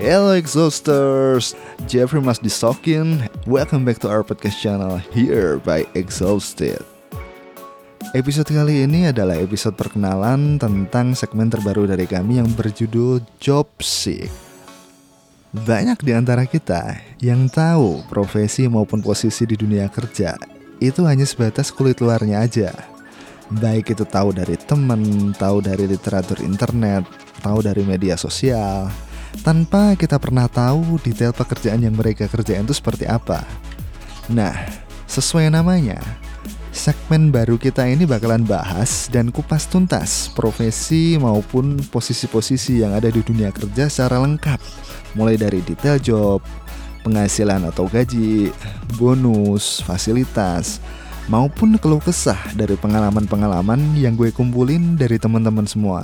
Hello Exhausters, Jeffrey must be talking. Welcome back to our podcast channel here by Exhausted. Episode kali ini adalah episode perkenalan tentang segmen terbaru dari kami yang berjudul Job Seek. Banyak di antara kita yang tahu profesi maupun posisi di dunia kerja itu hanya sebatas kulit luarnya aja. Baik itu tahu dari teman, tahu dari literatur internet, tahu dari media sosial, tanpa kita pernah tahu detail pekerjaan yang mereka kerjain itu seperti apa. Nah, sesuai namanya, segmen baru kita ini bakalan bahas dan kupas tuntas profesi maupun posisi-posisi yang ada di dunia kerja secara lengkap. Mulai dari detail job, penghasilan atau gaji, bonus, fasilitas, maupun keluh kesah dari pengalaman-pengalaman yang gue kumpulin dari teman-teman semua.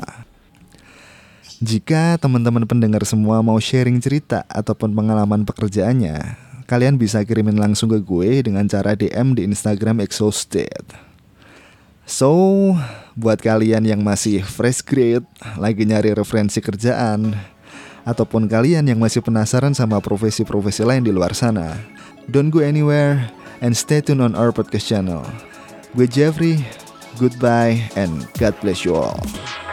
Jika teman-teman pendengar semua mau sharing cerita ataupun pengalaman pekerjaannya, kalian bisa kirimin langsung ke gue dengan cara DM di Instagram Exhausted. So, buat kalian yang masih fresh grade, lagi nyari referensi kerjaan, ataupun kalian yang masih penasaran sama profesi-profesi lain di luar sana, don't go anywhere and stay tuned on our podcast channel. Gue Jeffrey, goodbye and God bless you all.